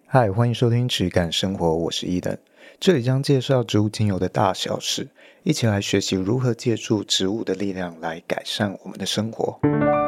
嗨，欢迎收听质感生活，我是伊登。这里将介绍植物精油的大小事，一起来学习如何借助植物的力量来改善我们的生活。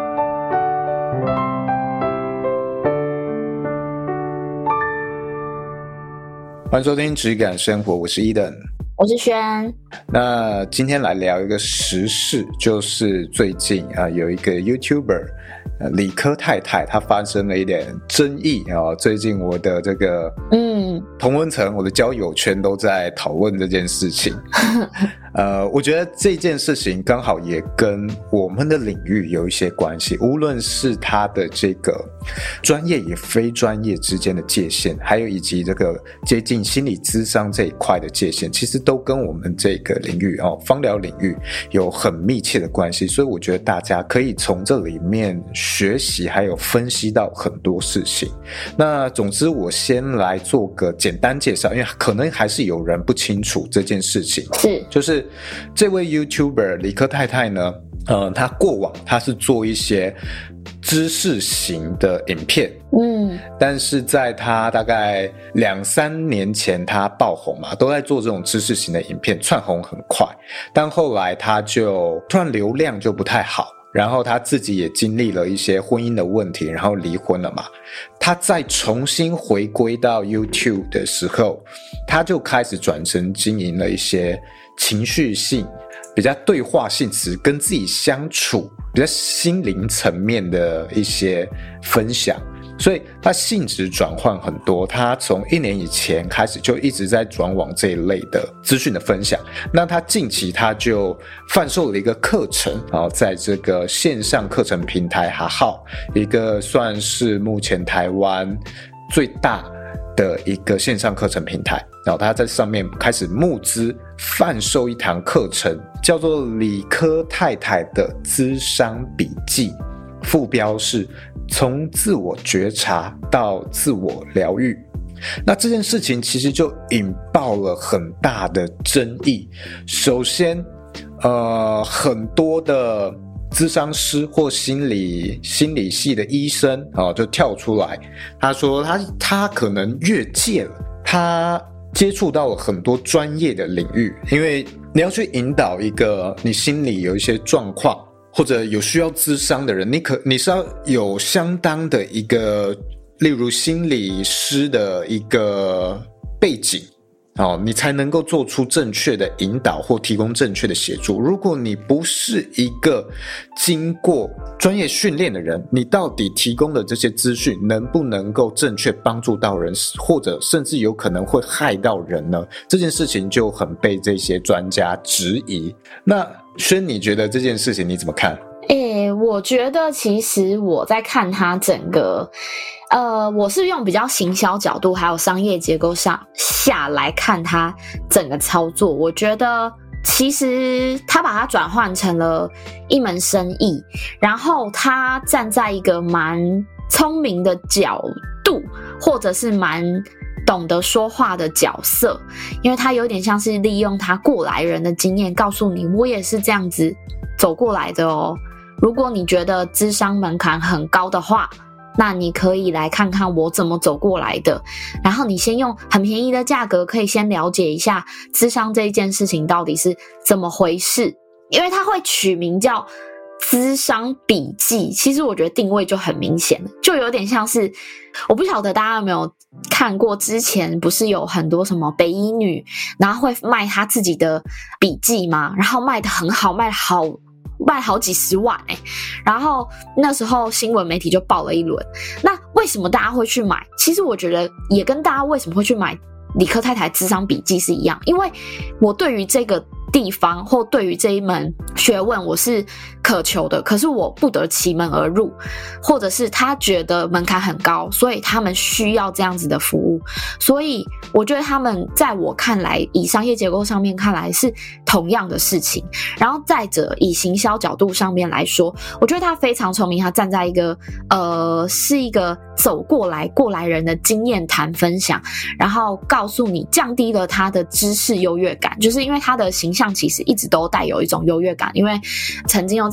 欢迎收听质感生活，我是伊登， 我是轩。 那今天来聊一个时事，就是最近有一个 YouTuber理科太太，她发生了一点争议最近我的这个同温层，我的交友圈都在讨论这件事情。我觉得这件事情刚好也跟我们的领域有一些关系，无论是他的这个专业与非专业之间的界限，还有以及这个接近心理咨商这一块的界限，其实都跟我们这个领域芳疗领域有很密切的关系，所以我觉得大家可以从这里面学习还有分析到很多事情。那总之我先来做个简单介绍，因为可能还是有人不清楚这件事情，就是这位 YouTuber 理科太太呢，她过往她是做一些知识型的影片，但是在她大概2-3年前她爆红嘛，都在做这种知识型的影片，窜红很快，但后来她就突然流量就不太好，然后他自己也经历了一些婚姻的问题，然后离婚了嘛。他再重新回归到 YouTube 的时候，他就开始转成经营了一些情绪性比较对话性词，跟自己相处比较心灵层面的一些分享，所以他性质转换很多。他从1年以前开始就一直在转往这一类的资讯的分享。那他近期他就贩售了一个课程，在这个线上课程平台哈号，一个算是目前台湾最大的一个线上课程平台，然后他在上面开始募资贩售一堂课程，叫做理科太太的咨商笔记，副标是从自我觉察到自我疗愈。那这件事情其实就引爆了很大的争议。首先很多的咨商师或心理系的医生就跳出来，他说他可能越界了，他接触到了很多专业的领域，因为你要去引导一个你心里有一些状况或者有需要咨商的人，你是要有相当的一个例如心理师的一个背景你才能够做出正确的引导或提供正确的协助。如果你不是一个经过专业训练的人，你到底提供的这些资讯能不能够正确帮助到人，或者甚至有可能会害到人呢？这件事情就很被这些专家质疑。那轩，你觉得这件事情你怎么看？ 我觉得其实我在看他整个我是用比较行销角度还有商业结构下来看他整个操作。我觉得其实他把它转换成了一门生意，然后他站在一个蛮聪明的角度，或者是蛮懂得说话的角色，因为他有点像是利用他过来人的经验告诉你，我也是这样子走过来的哦。如果你觉得諮商门槛很高的话，那你可以来看看我怎么走过来的，然后你先用很便宜的价格可以先了解一下諮商这一件事情到底是怎么回事。因为它会取名叫諮商笔记，其实我觉得定位就很明显了，就有点像是，我不晓得大家有没有看过，之前不是有很多什么北医女然后会卖她自己的笔记吗？然后卖得很好，卖好几十万然后那时候新闻媒体就报了一轮。那为什么大家会去买？其实我觉得也跟大家为什么会去买理科太太諮商笔记是一样，因为我对于这个地方或对于这一门学问我是渴求的，可是我不得其门而入，或者是他觉得门槛很高，所以他们需要这样子的服务。所以我觉得他们在我看来，以商业结构上面看来是同样的事情。然后再者以行销角度上面来说，我觉得他非常聪明，他站在一个是一个走过来人的经验谈分享，然后告诉你降低了他的知识优越感，就是因为他的形象其实一直都带有一种优越感，因为曾经又在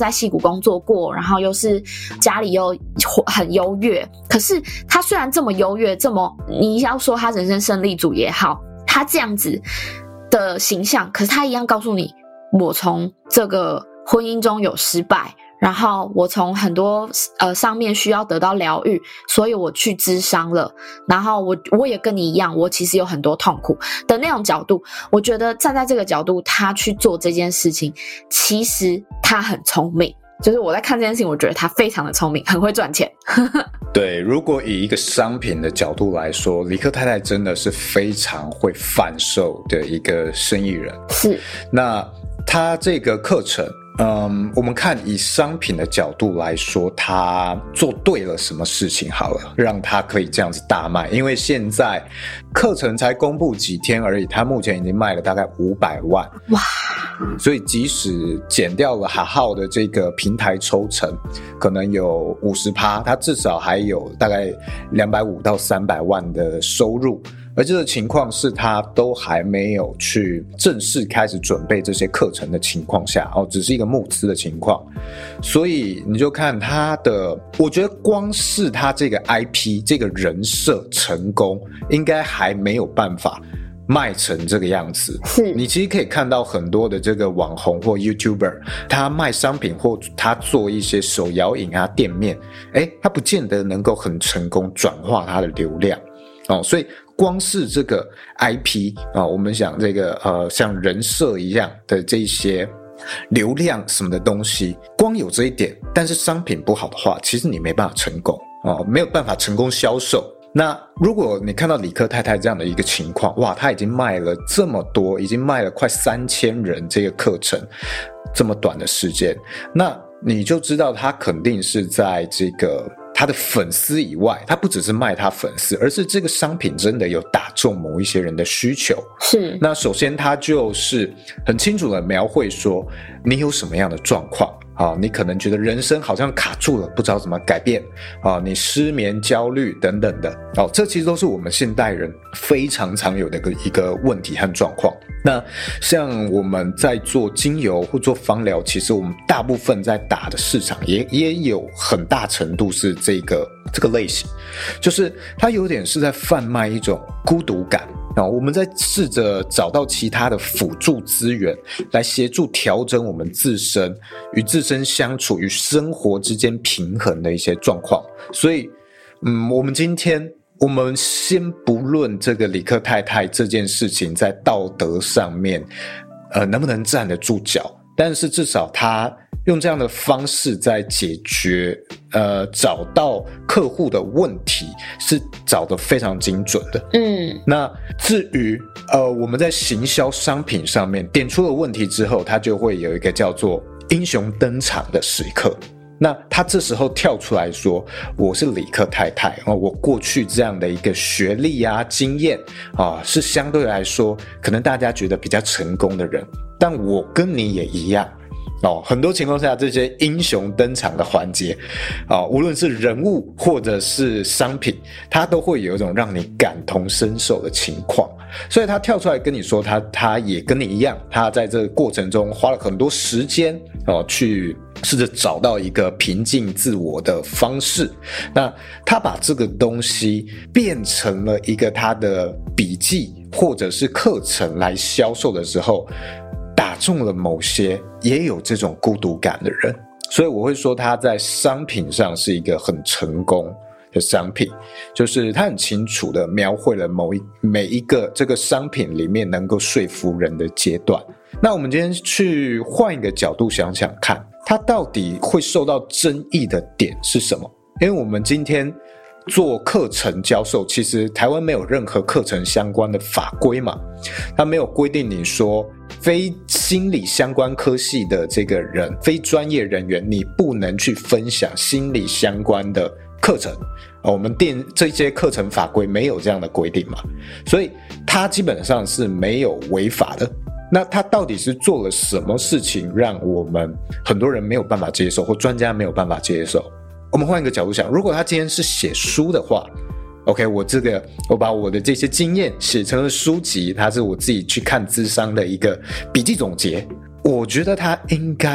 在矽谷工作过，然后又是家里又很优越，可是他虽然这么优越，你要说他人生胜利组也好，他这样子的形象，可是他一样告诉你，我从这个婚姻中有失败，然后我从很多上面需要得到疗愈，所以我去咨商了，然后我也跟你一样，我其实有很多痛苦的那种角度。我觉得站在这个角度他去做这件事情，其实他很聪明，就是我在看这件事情，我觉得他非常的聪明，很会赚钱。 对，如果以一个商品的角度来说，理科太太真的是非常会贩售的一个生意人。 是， 那他这个课程我们看以商品的角度来说，他做对了什么事情好了，让他可以这样子大卖。因为现在课程才公布几天而已，他目前已经卖了大概500万。 哇！ 所以即使减掉了哈浩的这个平台抽成，可能有 50%， 他至少还有大概250到300万的收入。而这个情况是他都还没有去正式开始准备这些课程的情况下，只是一个募资的情况。所以你就看他的，我觉得光是他这个 IP 这个人设成功，应该还没有办法卖成这个样子。 是， 你其实可以看到很多的这个网红或 YouTuber， 他卖商品或他做一些手摇饮啊店面，他不见得能够很成功转化他的流量。所以光是这个 IP 我们想这个像人设一样的这些流量什么的东西，光有这一点，但是商品不好的话，其实你没办法成功没有办法成功销售。那如果你看到理科太太这样的一个情况，哇，他已经卖了这么多，已经卖了快3000人这个课程，这么短的时间，那你就知道他肯定是在这个他的粉丝以外，他不只是卖他粉丝，而是这个商品真的有打中某一些人的需求。 是， 那首先他就是很清楚的描绘说你有什么样的状况你可能觉得人生好像卡住了，不知道怎么改变你失眠、焦虑等等的这其实都是我们现代人非常常有的一个问题和状况。那像我们在做精油或做芳疗，其实我们大部分在打的市场也有很大程度是这个类型，就是它有点是在贩卖一种孤独感我们在试着找到其他的辅助资源来协助调整我们自身与自身相处与生活之间平衡的一些状况。所以我们今天我们先不论这个理科太太这件事情在道德上面能不能站得住脚，但是至少他用这样的方式在解决找到客户的问题是找得非常精准的。那至于我们在行销商品上面点出了问题之后，它就会有一个叫做英雄登场的时刻。那他这时候跳出来说，我是理科太太我过去这样的一个学历啊经验是相对来说可能大家觉得比较成功的人，但我跟你也一样很多情况下这些英雄登场的环节无论是人物或者是商品，它都会有一种让你感同身受的情况。所以他跳出来跟你说他也跟你一样，他在这个过程中花了很多时间去试着找到一个平静自我的方式。那他把这个东西变成了一个他的笔记或者是课程来销售的时候，打中了某些也有这种孤独感的人。所以我会说他在商品上是一个很成功的商品，就是他很清楚的描绘了每一个这个商品里面能够说服人的阶段。那我们今天去换一个角度想想看，他到底会受到争议的点是什么？因为我们今天做课程教授，其实台湾没有任何课程相关的法规嘛，他没有规定你说非心理相关科系的这个人，非专业人员，你不能去分享心理相关的课程我们这些课程法规没有这样的规定嘛，所以他基本上是没有违法的。那他到底是做了什么事情让我们很多人没有办法接受，或专家没有办法接受？我们换一个角度想，如果他今天是写书的话 OK， 我把我的这些经验写成了书籍，它是我自己去看咨商的一个笔记总结，我觉得他应该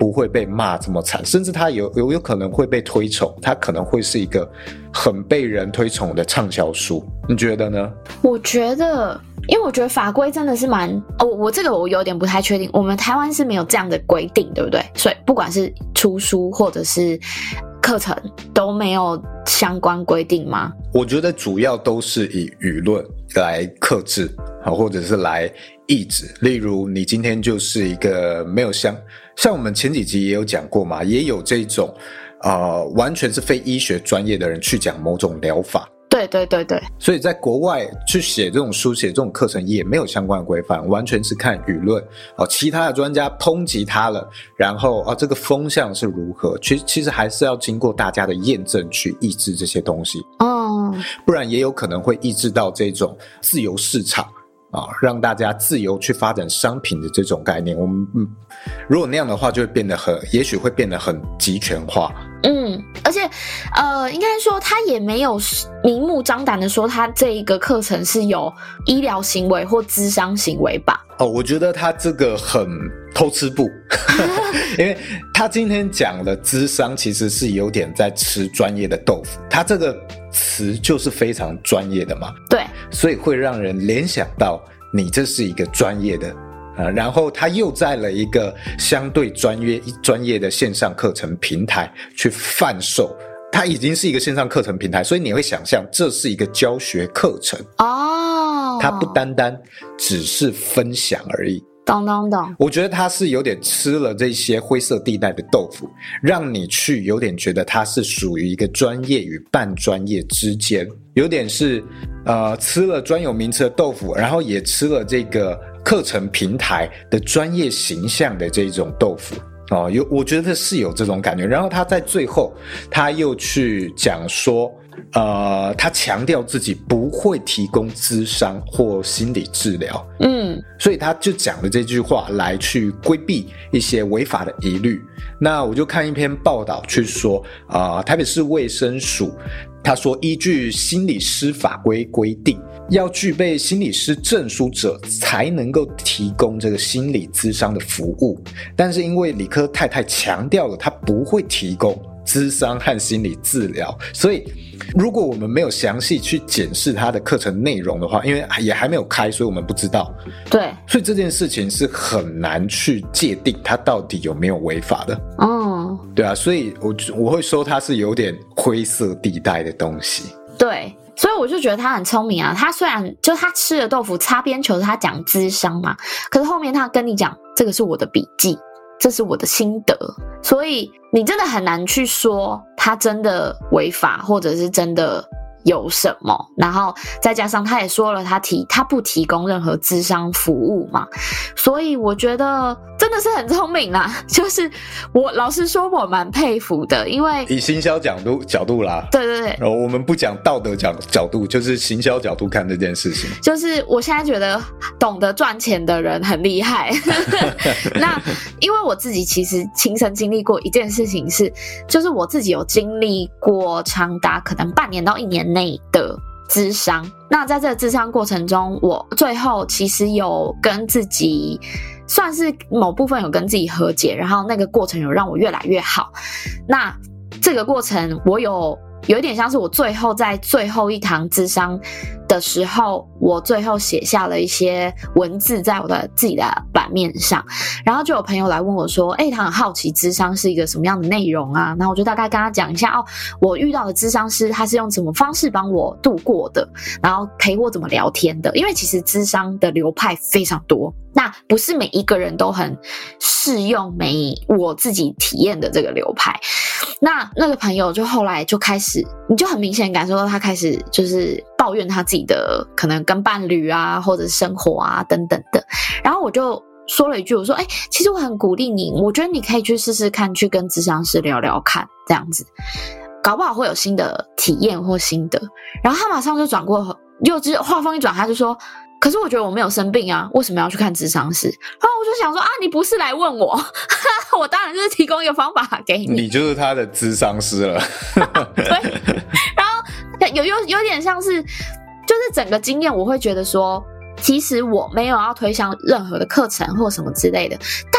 不会被骂这么惨，甚至他有可能会被推崇，他可能会是一个很被人推崇的畅销书，你觉得呢？ 我觉得，因为我觉得法规真的是我这个我有点不太确定，我们台湾是没有这样的规定，对不对？所以不管是出书或者是课程都没有相关规定吗？ 我觉得主要都是以舆论来克制，或者是来抑制。例如你今天就是一个没有像我们前几集也有讲过嘛，也有这种完全是非医学专业的人去讲某种疗法。 对对对对， 所以在国外去写这种书写这种课程也没有相关的规范，完全是看舆论其他的专家抨击他了，然后这个风向是如何，其实还是要经过大家的验证去抑制这些东西不然也有可能会抑制到这种自由市场让大家自由去发展商品的这种概念。我们如果那样的话就会变得也许会变得很集权化。 而且应该说他也没有明目张胆的说他这一个课程是有医疗行为或諮商行为吧。 我觉得他这个很偷吃步因为他今天讲的諮商其实是有点在吃专业的豆腐，他这个词就是非常专业的嘛， 对， 所以会让人联想到你这是一个专业的然后他又在了一个相对专业的线上课程平台去贩售，它已经是一个线上课程平台，所以你会想象这是一个教学课程它不单单只是分享而已。 懂。 我觉得他是有点吃了这些灰色地带的豆腐，让你去有点觉得它是属于一个专业与半专业之间，有点是吃了专有名词的豆腐，然后也吃了这个课程平台的专业形象的这种豆腐我觉得是有这种感觉。然后他在最后他又去讲说他强调自己不会提供諮商或心理治疗所以他就讲了这句话来去规避一些违法的疑虑。那我就看一篇报道去说台北市卫生署他说，依据心理师法规规定，要具备心理师证书者才能够提供这个心理諮商的服务。但是因为理科太太强调了他不会提供諮商和心理治疗，所以如果我们没有详细去检视他的课程内容的话，因为也还没有开，所以我们不知道。 对， 所以这件事情是很难去界定他到底有没有违法的。对啊，所以我会说他是有点灰色地带的东西。 对，所以我就觉得他很聪明啊。他虽然就他吃了豆腐擦边球，他讲諮商嘛，可是后面他跟你讲这个是我的笔记，这是我的心得，所以你真的很难去说他真的违法或者是真的有什么。然后再加上他也说了他不提供任何諮商服务嘛，所以我觉得真的是很聪明啦。就是我老实说我蛮佩服的，因为以行销角度啦， 对对对， 我们不讲道德角度，就是行销角度看这件事情。 就是我现在觉得懂得赚钱的人很厉害那因为我自己其实亲身经历过一件事情是，就是我自己有经历过长达可能半年到1年内的諮商。那在这个諮商过程中，我最后其实有跟自己算是某部分有跟自己和解，然后那个过程有让我越来越好。那这个过程我有一点像是我最后在最后一堂諮商的时候，我最后写下了一些文字在我的自己的版面上，然后就有朋友来问我说他很好奇諮商是一个什么样的内容啊，然后我就大概跟他讲一下我遇到的諮商师他是用什么方式帮我度过的，然后陪我怎么聊天的。因为其实諮商的流派非常多，那不是每一个人都很适用我自己体验的这个流派。那个朋友就后来就开始，你就很明显感受到他开始就是抱怨他自己的可能跟伴侣啊或者生活啊等等的。然后我就说了一句，我说其实我很鼓励你，我觉得你可以去试试看，去跟諮商师聊聊看，这样子搞不好会有新的体验或心得。然后他马上就转过，话锋一转，他就说可是我觉得我没有生病啊，为什么要去看諮商师？然后我就想说你不是来问我我当然就是提供一个方法给你， 你就是他的諮商师了对，然后有点像是就是整个经验我会觉得说，其实我没有要推销任何的课程或什么之类的，但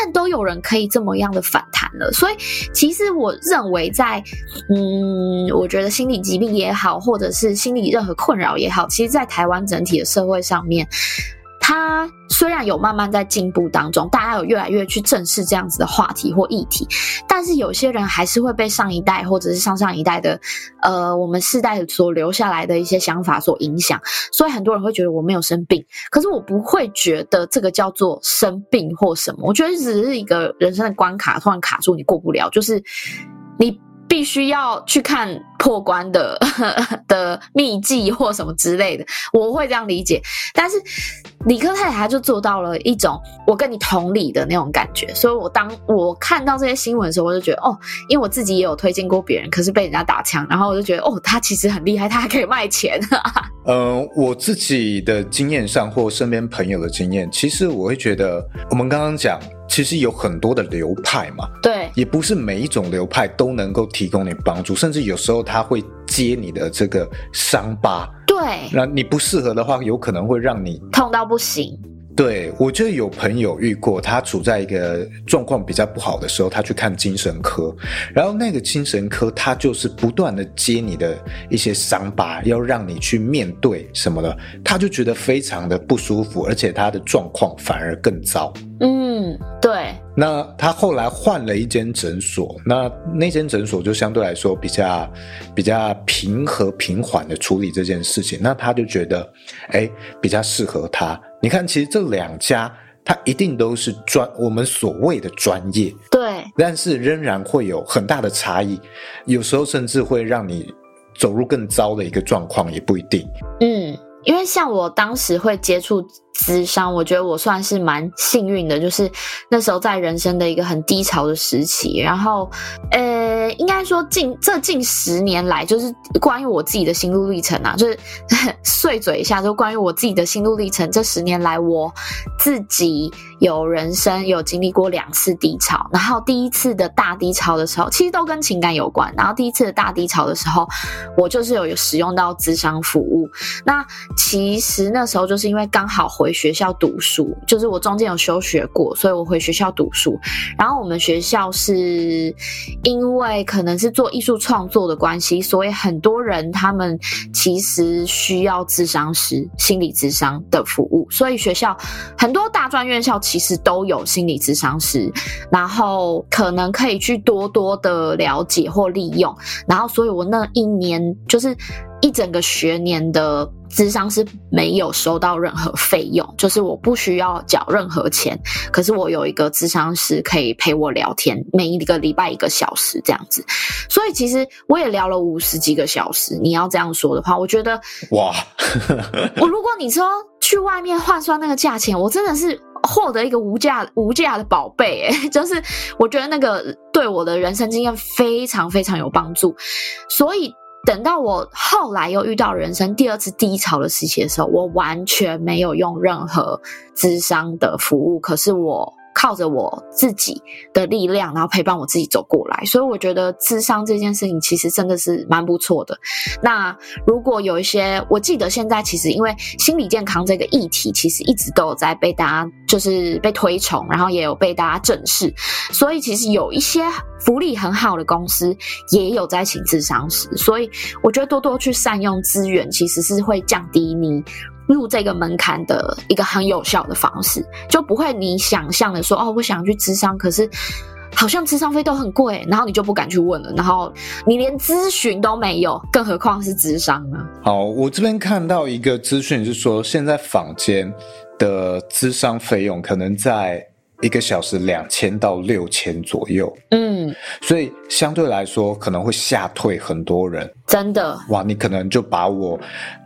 但都有人可以这么样的反弹了。所以其实我认为在我觉得心理疾病也好，或者是心理任何困扰也好，其实在台湾整体的社会上面，它虽然有慢慢在进步当中，大家有越来越去正视这样子的话题或议题，但是有些人还是会被上一代或者是上上一代的我们世代所留下来的一些想法所影响，所以很多人会觉得我没有生病，可是我不会觉得这个叫做生病或什么，我觉得只是一个人生的关卡突然卡住你过不了，就是你必须要去看破关的秘籍或什么之类的，我会这样理解。但是理科太太她就做到了一种我跟你同理的那种感觉，所以当我看到这些新闻的时候，我就觉得因为我自己也有推荐过别人，可是被人家打枪，然后我就觉得他其实很厉害，他还可以卖钱。 我自己的经验上或身边朋友的经验，其实我会觉得我们刚刚讲其实有很多的流派嘛， 对， 也不是每一种流派都能够提供你帮助，甚至有时候他会揭你的这个伤疤， 对， 那你不适合的话，有可能会让你痛到不行。 对，我就有朋友遇过，他处在一个状况比较不好的时候，他去看精神科，然后那个精神科他就是不断的揭你的一些伤疤，要让你去面对什么的，他就觉得非常的不舒服，而且他的状况反而更糟。 对。 那他后来换了一间诊所，那间诊所就相对来说比较平和平缓的处理这件事情，那他就觉得比较适合他。你看其实这两家它一定都是我们所谓的专业， 对， 但是仍然会有很大的差异，有时候甚至会让你走入更糟的一个状况也不一定。 因为像我当时会接触咨商，我觉得我算是蛮幸运的，就是那时候在人生的一个很低潮的时期，然后应该说近10年来，就是关于我自己的心路历程啊，就是碎嘴一下，就关于我自己的心路历程，这10年来我自己有人生有经历过2次低潮，然后第一次的大低潮的时候，其实都跟情感有关，然后第一次的大低潮的时候，我就是有使用到諮商服务。那其实那时候就是因为刚好回学校读书，就是我中间有休学过，所以我回学校读书，然后我们学校是因为可能是做艺术创作的关系，所以很多人他们其实需要諮商师、心理諮商的服务，所以学校很多大专院校其实都有心理諮商师，然后可能可以去多多的了解或利用，然后所以我那一年就是一整个学年的諮商是没有收到任何费用，就是我不需要缴任何钱，可是我有一个諮商师可以陪我聊天，每一个礼拜1个小时这样子，所以其实我也聊了50几个小时，你要这样说的话，我觉得哇如果你说去外面换算那个价钱，我真的是获得一个无价的宝贝就是我觉得那个对我的人生经验非常非常有帮助，所以等到我后来又遇到人生第2次低潮的时期的时候，我完全没有用任何諮商的服务，可是我靠着我自己的力量，然后陪伴我自己走过来，所以我觉得諮商这件事情其实真的是蛮不错的。那如果有一些，我记得现在其实因为心理健康这个议题其实一直都有在被大家就是被推崇，然后也有被大家正视，所以其实有一些福利很好的公司也有在请諮商师，所以我觉得多多去善用资源其实是会降低你入这个门槛的一个很有效的方式，就不会你想象的说我想去諮商，可是好像諮商费都很贵，然后你就不敢去问了，然后你连咨询都没有，更何况是諮商呢？ 好，我这边看到一个资讯是说，现在坊间的諮商费用可能在1个小时2000到6000左右，所以相对来说可能会吓退很多人，真的哇！你可能就把我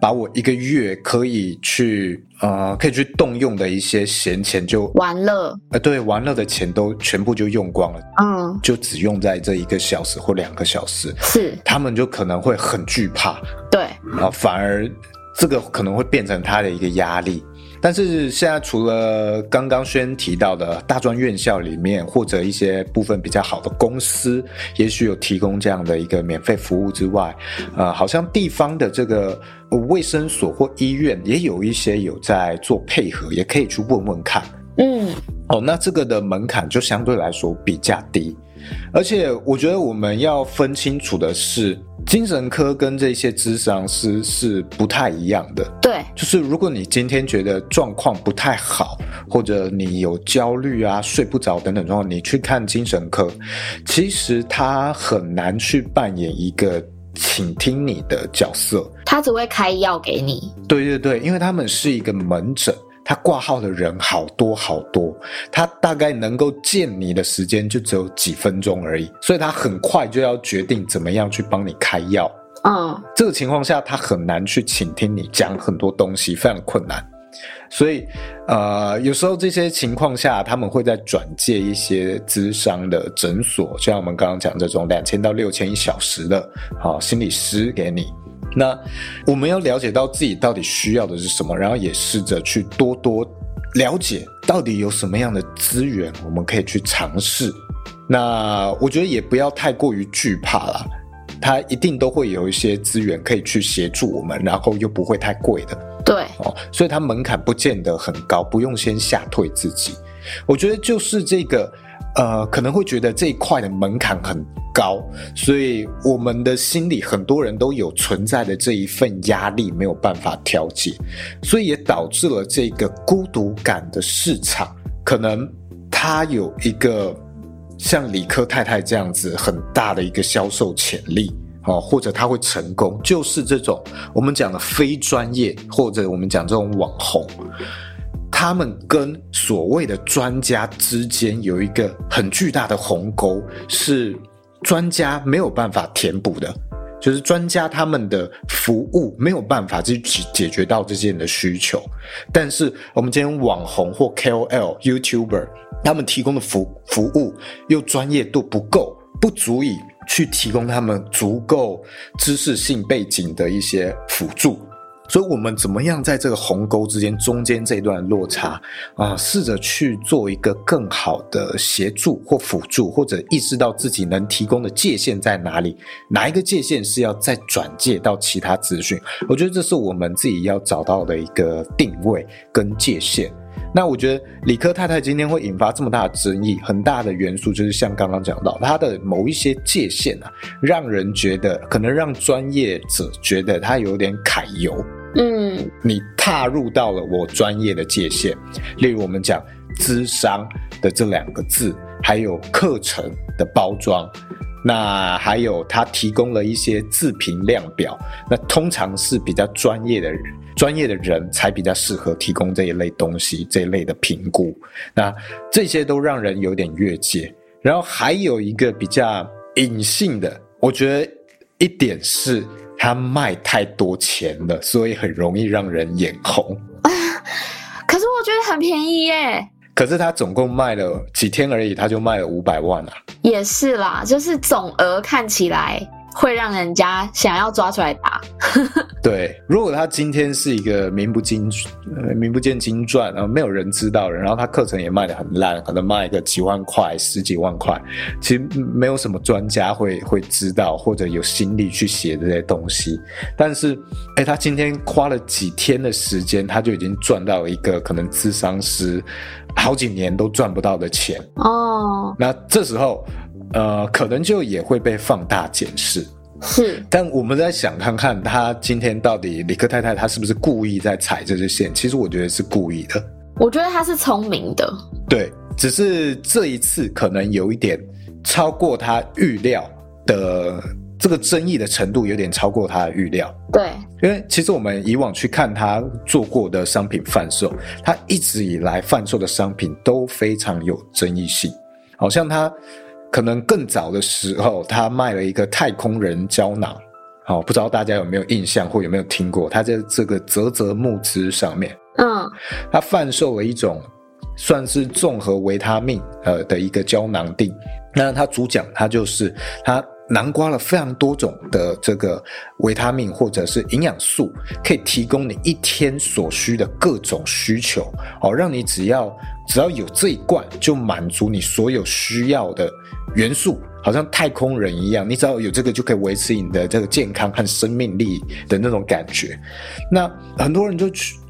1个月可以去动用的一些闲钱就玩乐， 对，玩乐的钱都全部就用光了，就只用在这1个小时或2个小时，是他们就可能会很惧怕，对，然后反而这个可能会变成他的一个压力。但是现在除了刚刚轩提到的大专院校里面，或者一些部分比较好的公司也许有提供这样的一个免费服务之外，好像地方的这个卫生所或医院也有一些有在做配合，也可以去问问看。 那这个的门槛就相对来说比较低。而且我觉得我们要分清楚的是，精神科跟这些咨商师是不太一样的。 对， 就是如果你今天觉得状况不太好，或者你有焦虑啊、睡不着等等状况，你去看精神科，其实他很难去扮演一个倾听你的角色， 他只会开药给你。 对对对，因为他们是一个门诊，他挂号的人好多好多，他大概能够见你的时间就只有几分钟而已，所以他很快就要决定怎么样去帮你开药。这个情况下他很难去倾听你讲很多东西，非常困难。所以有时候这些情况下他们会再转介一些咨商的诊所，像我们刚刚讲这种2000到6000一小时的心理师给你。那我们要了解到自己到底需要的是什么，然后也试着去多多了解到底有什么样的资源我们可以去尝试。那我觉得也不要太过于惧怕啦，它一定都会有一些资源可以去协助我们，然后又不会太贵的。 对， 所以它门槛不见得很高，不用先吓退自己。我觉得就是这个可能会觉得这一块的门槛很高，所以我们的心里很多人都有存在的这一份压力没有办法调节，所以也导致了这个孤独感的市场可能它有一个像理科太太这样子很大的一个销售潜力，或者他会成功，就是这种我们讲的非专业，或者我们讲这种网红，他们跟所谓的专家之间有一个很巨大的鸿沟，是专家没有办法填补的，就是专家他们的服务没有办法去解决到这些人的需求，但是我们今天网红或 KOL、YouTuber 他们提供的服务又专业度不够，不足以去提供他们足够知识性背景的一些辅助。所以我们怎么样在这个鸿沟之间中间这段落差试着去做一个更好的协助或辅助，或者意识到自己能提供的界限在哪里，哪一个界限是要再转介到其他资讯，我觉得这是我们自己要找到的一个定位跟界限。那我觉得理科太太今天会引发这么大的争议，很大的元素就是像刚刚讲到它的某一些界限让人觉得可能让专业者觉得它有点揩油，你踏入到了我专业的界限，例如我们讲咨商的这2个字，还有课程的包装，那还有他提供了一些自评量表，那通常是比较专业的人才比较适合提供这一类东西，这一类的评估，那这些都让人有点越界。然后还有一个比较隐性的，我觉得一点是他卖太多钱了，所以很容易让人眼红。 可是我觉得很便宜耶。 可是他总共卖了几天而已，他就卖了500万啊。 也是啦，就是总额看起来会让人家想要抓出来打。 对，如果他今天是一个名不见经传，然后没有人知道的，然后他课程也卖得很烂，可能卖个几万块、10几万块，其实没有什么专家会知道或者有心力去写这些东西。但是他今天花了几天的时间，他就已经赚到一个可能咨商师好几年都赚不到的钱那这时候可能就也会被放大检视。 是， 但我们在想看看他今天到底理科太太他是不是故意在踩这些线，其实我觉得是故意的。 我觉得他是聪明的。对， 只是这一次可能有一点超过他预料的，这个争议的程度有点超过他的预料。 对， 因为其实我们以往去看他做过的商品贩售，他一直以来贩售的商品都非常有争议性。好像他可能更早的时候他卖了一个太空人胶囊，不知道大家有没有印象或有没有听过，他在这个嘖募资上面他贩售了一种算是综合维他命的一个胶囊锭。那他主讲他就是他囊括了非常多种的这个维他命或者是营养素，可以提供你一天所需的各种需求，让你只要有这一罐就满足你所有需要的元素，好像太空人一样，你只要有这个就可以维持你的这个健康和生命力的那种感觉。那很多人就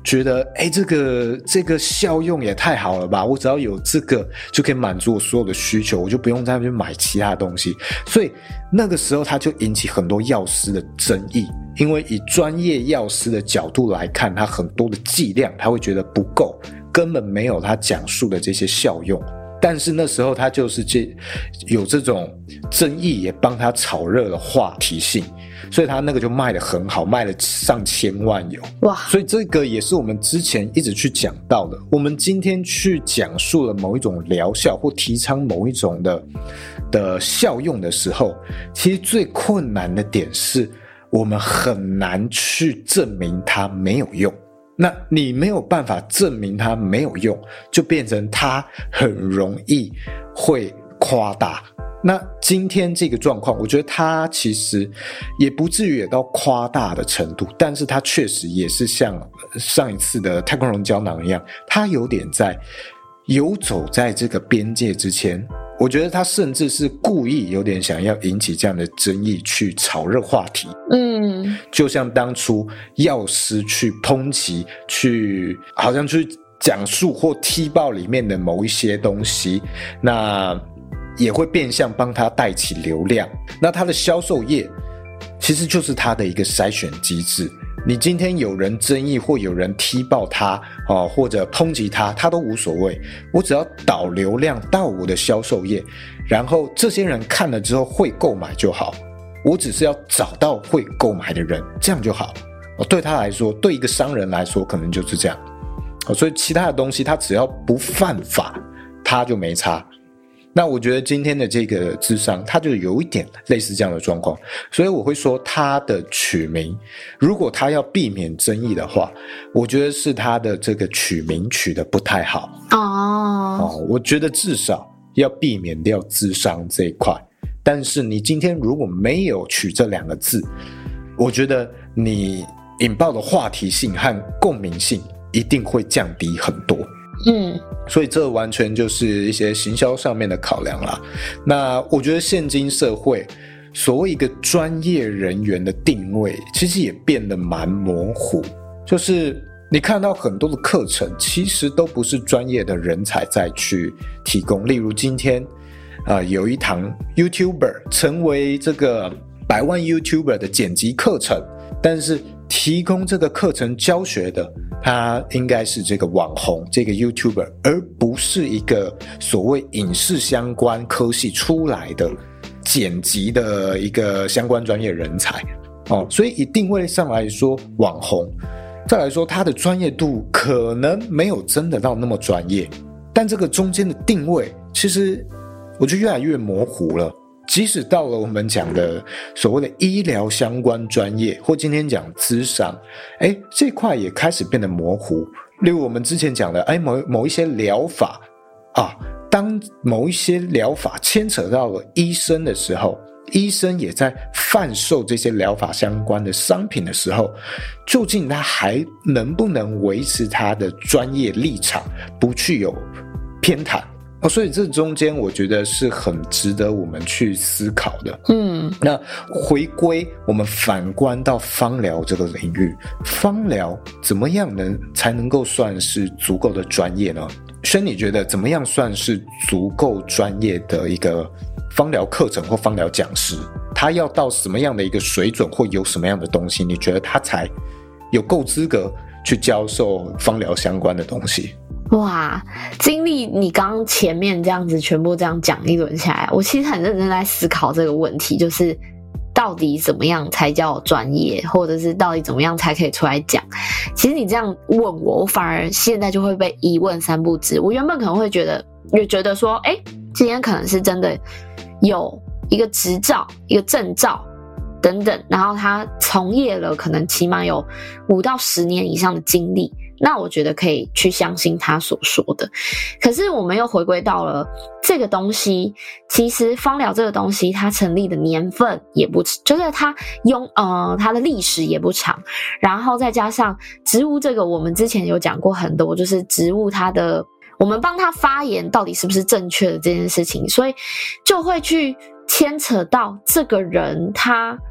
觉得这个效用也太好了吧，我只要有这个就可以满足我所有的需求，我就不用再去买其他东西。所以那个时候他就引起很多药师的争议，因为以专业药师的角度来看，他很多的剂量他会觉得不够，根本没有他讲述的这些效用。但是那时候他就是有这种争议，也帮他炒热了话题性，所以他那个就卖得很好，卖了上千万有。哇！所以这个也是我们之前一直去讲到的。我们今天去讲述了某一种疗效或提倡某一种的效用的时候，其实最困难的点是我们很难去证明它没有用。那你没有办法证明它没有用，就变成它很容易会夸大。那今天这个状况，我觉得它其实也不至于也到夸大的程度，但是它确实也是像上一次的太空人胶囊一样，它有点在游走在这个边界之前。我觉得他甚至是故意有点想要引起这样的争议，去炒热话题。就像当初药师去抨击，好像去讲述或踢爆里面的某一些东西，那也会变相帮他带起流量。那他的销售业其实就是他的一个筛选机制。你今天有人争议或有人踢爆他或者抨击他都无所谓，我只要导流量到我的销售页，然后这些人看了之后会购买就好，我只是要找到会购买的人，这样就好。对他来说，对一个商人来说可能就是这样。所以其他的东西他只要不犯法他就没差。那我觉得今天的这个諮商它就有一点类似这样的状况，所以我会说它的取名，如果它要避免争议的话，我觉得是它的这个取名取得不太好。我觉得至少要避免掉諮商这一块。但是你今天如果没有取这两个字，我觉得你引爆的话题性和共鸣性一定会降低很多。所以这完全就是一些行销上面的考量啦。那我觉得现今社会所谓一个专业人员的定位其实也变得蛮模糊，就是你看到很多的课程其实都不是专业的人才在去提供。例如今天有一堂 YouTuber 成为这个100万 YouTuber 的剪辑课程，但是提供这个课程教学的他应该是这个网红，这个 YouTuber， 而不是一个所谓影视相关科系出来的剪辑的一个相关专业人才。所以以定位上来说，网红再来说他的专业度可能没有真的到那么专业，但这个中间的定位其实我觉得越来越模糊了。即使到了我们讲的所谓的医疗相关专业，或今天讲諮商，这块也开始变得模糊。例如我们之前讲的某一些疗法当某一些疗法牵扯到了医生的时候，医生也在贩售这些疗法相关的商品的时候，究竟他还能不能维持他的专业立场，不去有偏袒？所以这中间我觉得是很值得我们去思考的。那回归我们反观到芳疗这个领域，芳疗怎么样才能够算是足够的专业呢？轩，你觉得怎么样算是足够专业的一个芳疗课程或芳疗讲师？他要到什么样的一个水准，或有什么样的东西，你觉得他才有够资格去教授芳疗相关的东西？ 哇，经历你刚刚前面这样子全部这样讲一轮下来，我其实很认真在思考这个问题，就是到底怎么样才叫专业，或者是到底怎么样才可以出来讲。其实你这样问我反而现在就会被一问三不知。我原本可能会觉得说今天可能是真的有一个执照一个证照等等，然后他从业了可能起码有5到10年以上的经历，那我觉得可以去相信他所说的。可是我们又回归到了这个东西，其实芳疗这个东西它成立的年份也不就是它的历史也不长，然后再加上植物这个我们之前有讲过很多，就是植物它的我们帮它发言到底是不是正确的这件事情，所以就会去牵扯到这个人他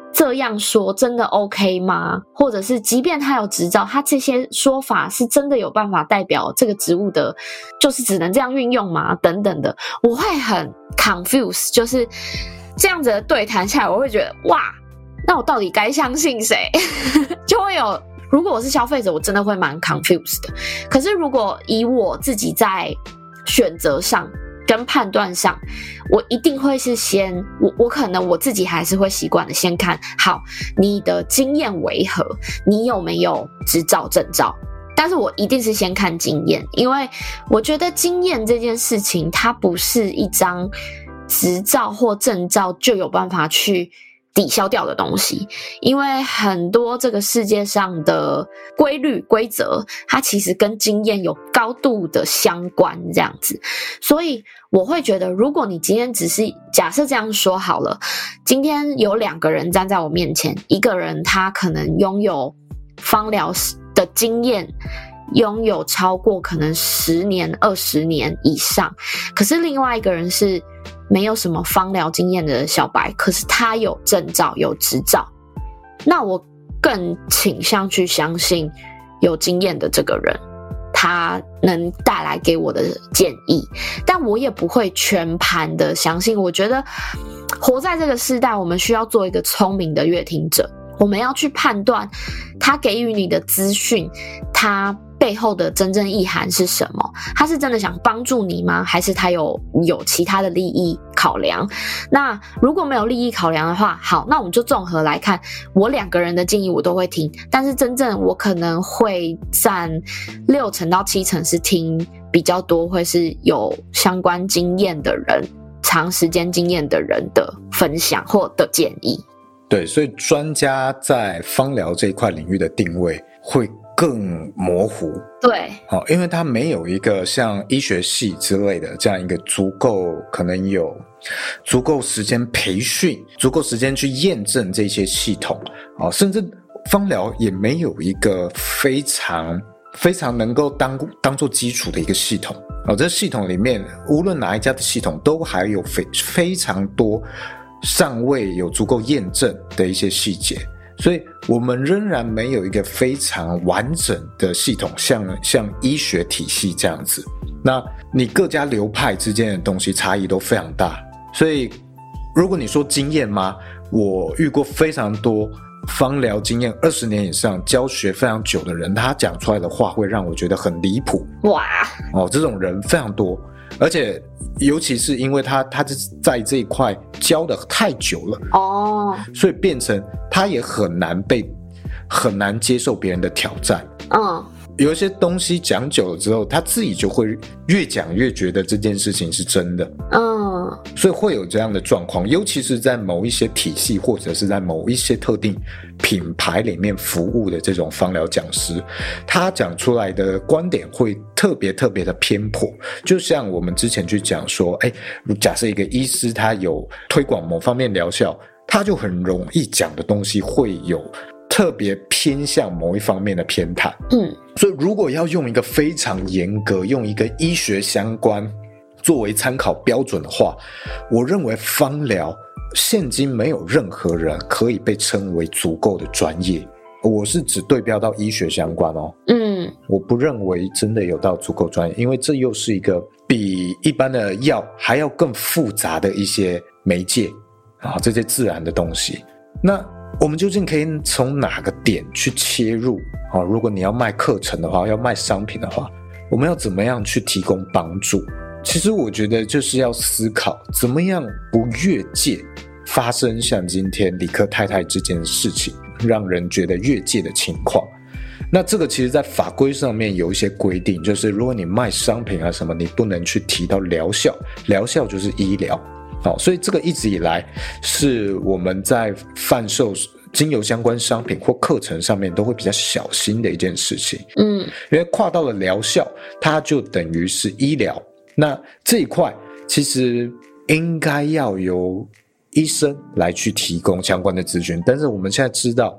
这样说真的 OK 吗？或者是即便他有执照，他这些说法是真的有办法代表这个职务的，就是只能这样运用吗？等等的，我会很 confused， 就是这样子的对谈下来，我会觉得哇，那我到底该相信谁？就会有，如果我是消费者，我真的会蛮 confused 的。可是如果以我自己在选择上跟判断上，我一定会是先我可能我自己还是会习惯的先看好你的经验为何，你有没有执照证照，但是我一定是先看经验，因为我觉得经验这件事情它不是一张执照或证照就有办法去抵消掉的东西，因为很多这个世界上的规律规则，它其实跟经验有高度的相关这样子。所以我会觉得，如果你今天只是假设这样说好了，今天有2个人站在我面前，一个人他可能拥有芳疗的经验，拥有超过可能10年20年以上，可是另外一个人是没有什么芳疗经验的小白，可是他有证照有执照，那我更倾向去相信有经验的这个人，他能带来给我的建议，但我也不会全盘的相信。我觉得活在这个时代，我们需要做一个聪明的阅听者，我们要去判断他给予你的资讯，他背后的真正意涵是什么？他是真的想帮助你吗？还是他有其他的利益考量？那如果没有利益考量的话，好，那我们就综合来看，我2个人的建议我都会听，但是真正我可能会占60%到70%是听比较多，会是有相关经验的人、长时间经验的人的分享或的建议。 对，所以专家在芳疗这一块领域的定位会更模糊。 对， 因为它没有一个像医学系之类的这样一个可能有足够时间培训、足够时间去验证这些系统，甚至芳疗也没有一个非常能够当做基础的一个系统。这系统里面无论哪一家的系统都还有非常多尚未有足够验证的一些细节，所以我们仍然没有一个非常完整的系统，像医学体系这样子。那你各家流派之间的东西差异都非常大，所以如果你说经验吗？我遇过非常多芳疗经验20年以上、教学非常久的人，他讲出来的话会让我觉得很离谱。 哇， 这种人非常多。而且尤其是因为他在这一块教的太久了，所以变成他也很难接受别人的挑战。有一些东西讲久了之后，他自己就会越讲越觉得这件事情是真的。所以会有这样的状况，尤其是在某一些体系或者是在某一些特定品牌里面服务的这种芳疗讲师，他讲出来的观点会特别的偏颇。就像我们之前去讲说，假设一个医师他有推广某方面疗效，他就很容易讲的东西会有特别偏向某一方面的偏袒。所以如果要用一个非常严格，用一个医学相关作为参考标准的话，我认为芳疗现今没有任何人可以被称为足够的专业。我是只对标到医学相关我不认为真的有到足够专业，因为这又是一个比一般的药还要更复杂的一些媒介这些自然的东西。那我们究竟可以从哪个点去切入如果你要卖课程的话，要卖商品的话，我们要怎么样去提供帮助？其实我觉得就是要思考怎么样不越界发生像今天理科太太这件事情让人觉得越界的情况。那这个其实在法规上面有一些规定，就是如果你卖商品什么，你不能去提到疗效，疗效就是医疗所以这个一直以来是我们在贩售精油相关商品或课程上面都会比较小心的一件事情。因为跨到了疗效，它就等于是医疗。那这一块其实应该要由医生来去提供相关的资讯，但是我们现在知道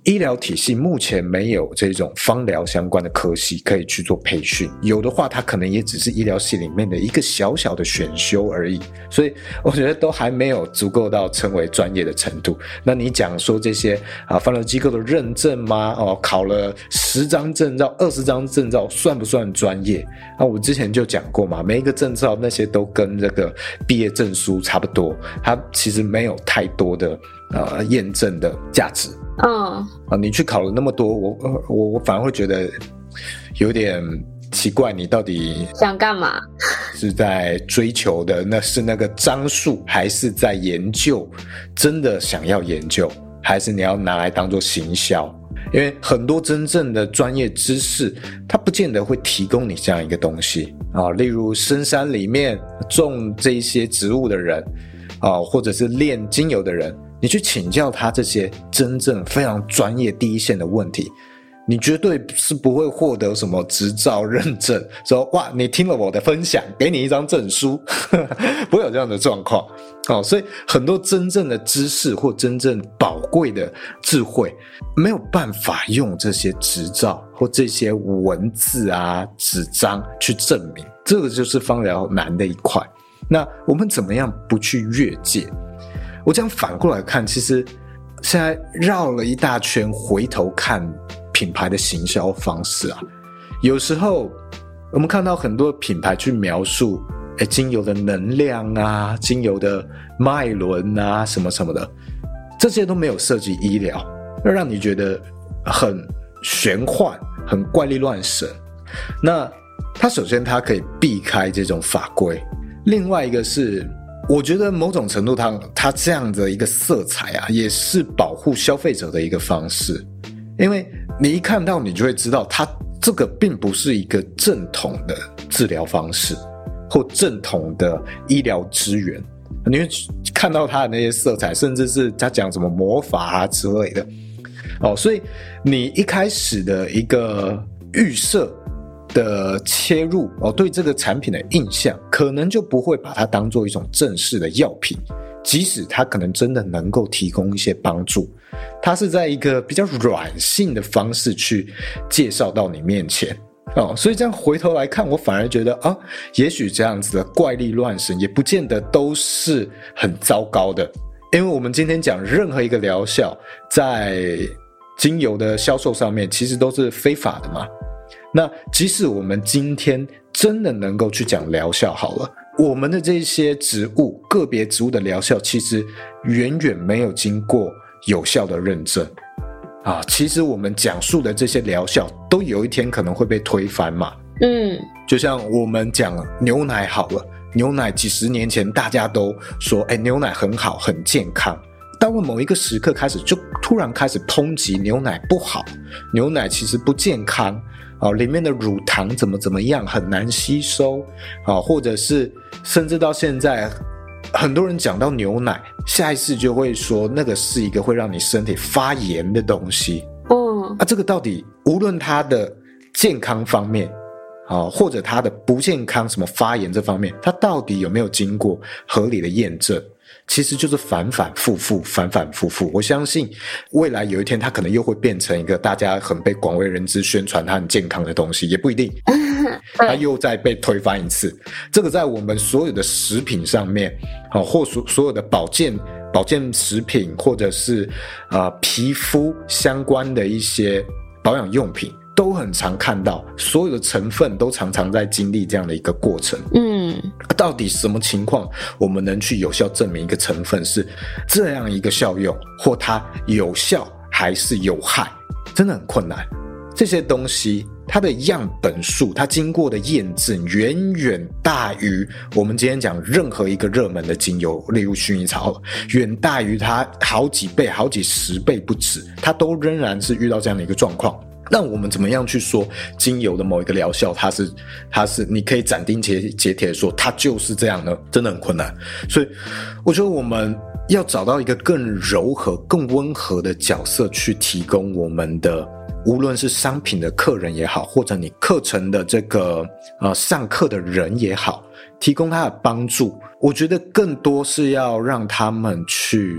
医疗体系目前没有这种芳疗相关的科系可以去做培训，有的话它可能也只是医疗系里面的一个小小的选修而已，所以我觉得都还没有足够到称为专业的程度。那你讲说这些芳疗机构的认证吗？考了10张证照20张证照算不算专业？我之前就讲过嘛，每一个证照那些都跟这个毕业证书差不多，它其实没有太多的验证的价值。你去考了那么多，我反而会觉得有点奇怪，你到底想干嘛？ 是在追求的那是那个张数，还是在研究？真的想要研究，还是你要拿来当做行销？因为很多真正的专业知识，它不见得会提供你这样一个东西例如深山里面种这一些植物的人或者是炼精油的人，你去请教他这些真正非常专业第一线的问题，你绝对是不会获得什么执照认证，说哇你听了我的分享给你一张证书不会有这样的状况所以很多真正的知识或真正宝贵的智慧没有办法用这些执照或这些文字纸张去证明，这个就是芳疗难的一块。那我们怎么样不去越界？我这样反过来看，其实现在绕了一大圈，回头看品牌的行销方式有时候我们看到很多品牌去描述精油的能量精油的脉轮什么什么的，这些都没有涉及医疗，让你觉得很玄幻很怪力乱神。那它首先它可以避开这种法规，另外一个是我觉得某种程度它这样的一个色彩也是保护消费者的一个方式，因为你一看到你就会知道它这个并不是一个正统的治疗方式或正统的医疗资源，你会看到它的那些色彩，甚至是他讲什么魔法之类的所以你一开始的一个预设的切入对这个产品的印象可能就不会把它当做一种正式的药品，即使它可能真的能够提供一些帮助，它是在一个比较软性的方式去介绍到你面前所以这样回头来看，我反而觉得也许这样子的怪力乱神也不见得都是很糟糕的，因为我们今天讲任何一个疗效在精油的销售上面其实都是非法的嘛。那即使我们今天真的能够去讲疗效好了，我们的这些植物个别植物的疗效其实远远没有经过有效的认证其实我们讲述的这些疗效都有一天可能会被推翻嘛。就像我们讲牛奶好了，牛奶几十年前大家都说牛奶很好很健康，到了某一个时刻开始就突然开始抨击牛奶不好，牛奶其实不健康里面的乳糖怎么样很难吸收或者是甚至到现在很多人讲到牛奶下意识就会说那个是一个会让你身体发炎的东西这个到底无论它的健康方面或者它的不健康什么发炎这方面，它到底有没有经过合理的验证，其实就是反反复复。我相信未来有一天它可能又会变成一个大家很被广为人知宣传它很健康的东西，也不一定它又再被推翻一次。这个在我们所有的食品上面或所有的保健食品或者是皮肤相关的一些保养用品都很常看到，所有的成分都常常在经历这样的一个过程。到底什么情况我们能去有效证明一个成分是这样一个效用，或它有效还是有害，真的很困难。这些东西它的样本数，它经过的验证远远大于我们今天讲任何一个热门的精油，例如薰衣草，远大于它好几倍好几十倍不止，它都仍然是遇到这样的一个状况。那我们怎么样去说精油的某一个疗效它是你可以斩钉截铁说它就是这样呢？真的很困难。所以我觉得我们要找到一个更柔和更温和的角色去提供我们的，无论是商品的客人也好，或者你课程的这个上课的人也好，提供他的帮助。我觉得更多是要让他们去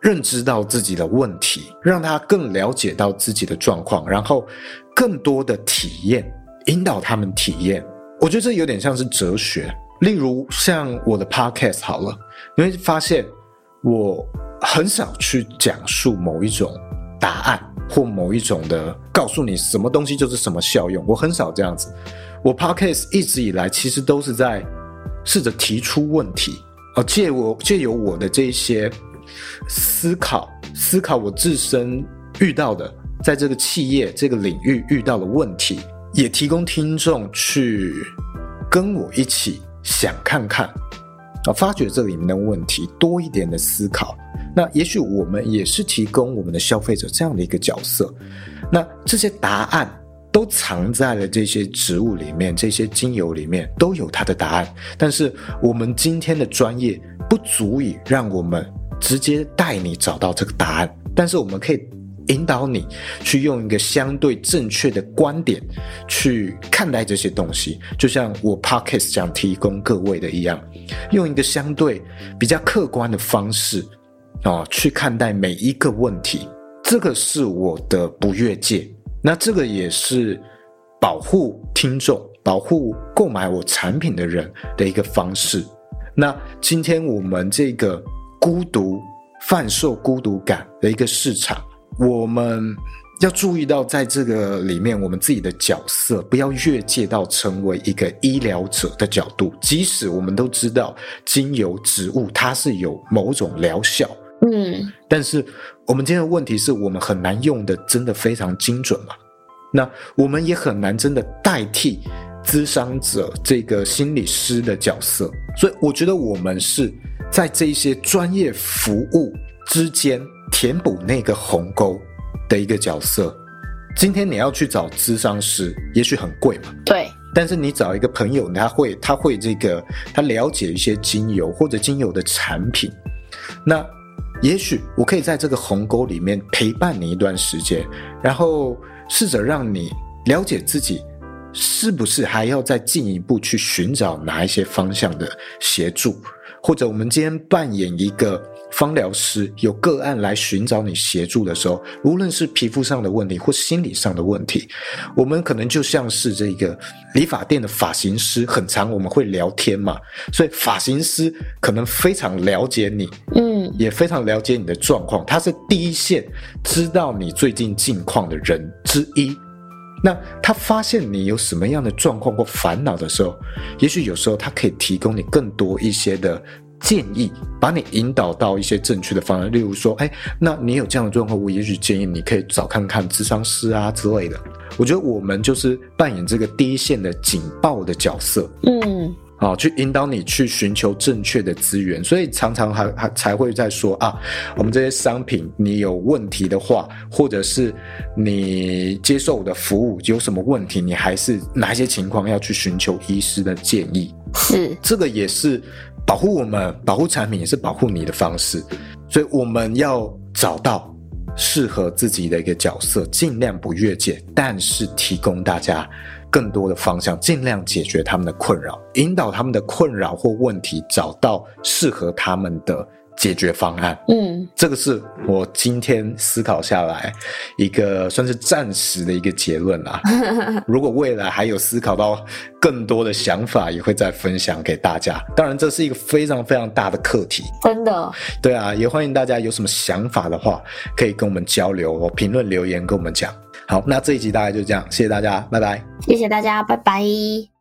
认知到自己的问题，让他更了解到自己的状况，然后更多的体验，引导他们体验。我觉得这有点像是哲学。例如像我的 podcast 好了，你会发现我很少去讲述某一种答案或某一种的告诉你什么东西就是什么效用，我很少这样子。我 podcast 一直以来其实都是在试着提出问题，借由我的这些思考我自身遇到的，在这个企业这个领域遇到的问题，也提供听众去跟我一起想看看，发掘这里面的问题，多一点的思考。那也许我们也是提供我们的消费者这样的一个角色，那这些答案都藏在了这些植物里面，这些精油里面都有它的答案，但是我们今天的专业不足以让我们直接带你找到这个答案，但是我们可以引导你去用一个相对正确的观点去看待这些东西，就像我 podcast 想提供各位的一样，用一个相对比较客观的方式去看待每一个问题。这个是我的不越界，那这个也是保护听众、保护购买我产品的人的一个方式。那今天我们这个贩售孤独感的一个市场，我们要注意到在这个里面我们自己的角色不要越界到成为一个医疗者的角度，即使我们都知道精油植物它是有某种疗效，但是我们今天的问题是我们很难用的真的非常精准嘛，那我们也很难真的代替咨商者这个心理师的角色，所以我觉得我们是在这些专业服务之间填补那个鸿沟的一个角色。今天你要去找咨商师也许很贵嘛， 对， 但是你找一个朋友他会他了解一些精油或者精油的产品，那也许我可以在这个鸿沟里面陪伴你一段时间，然后试着让你了解自己是不是还要再进一步去寻找哪一些方向的协助，或者我们今天扮演一个芳疗师，有个案来寻找你协助的时候，无论是皮肤上的问题或心理上的问题，我们可能就像是这个理发店的发型师，很常我们会聊天嘛，所以发型师可能非常了解你，也非常了解你的状况，他是第一线知道你最近近况的人之一。那他发现你有什么样的状况或烦恼的时候，也许有时候他可以提供你更多一些的建议，把你引导到一些正确的方向。例如说，那你有这样的状况，我也许建议你可以找看看咨商师啊之类的。我觉得我们就是扮演这个第一线的警报的角色，去引导你去寻求正确的资源，所以常常还才会在说我们这些商品你有问题的话，或者是你接受我的服务有什么问题，你还是哪一些情况要去寻求医师的建议。 是， 这个也是保护我们、保护产品，也是保护你的方式。所以我们要找到适合自己的一个角色，尽量不越界，但是提供大家更多的方向，尽量解决他们的困扰，引导他们的困扰或问题，找到适合他们的解决方案。这个是我今天思考下来一个算是暂时的一个结论啦。如果未来还有思考到更多的想法，也会再分享给大家。当然这是一个非常非常大的课题， 真的。对啊，也欢迎大家有什么想法的话可以跟我们交流，评论留言跟我们讲。好，那这一集大概就这样，谢谢大家，拜拜。 谢谢大家，拜拜。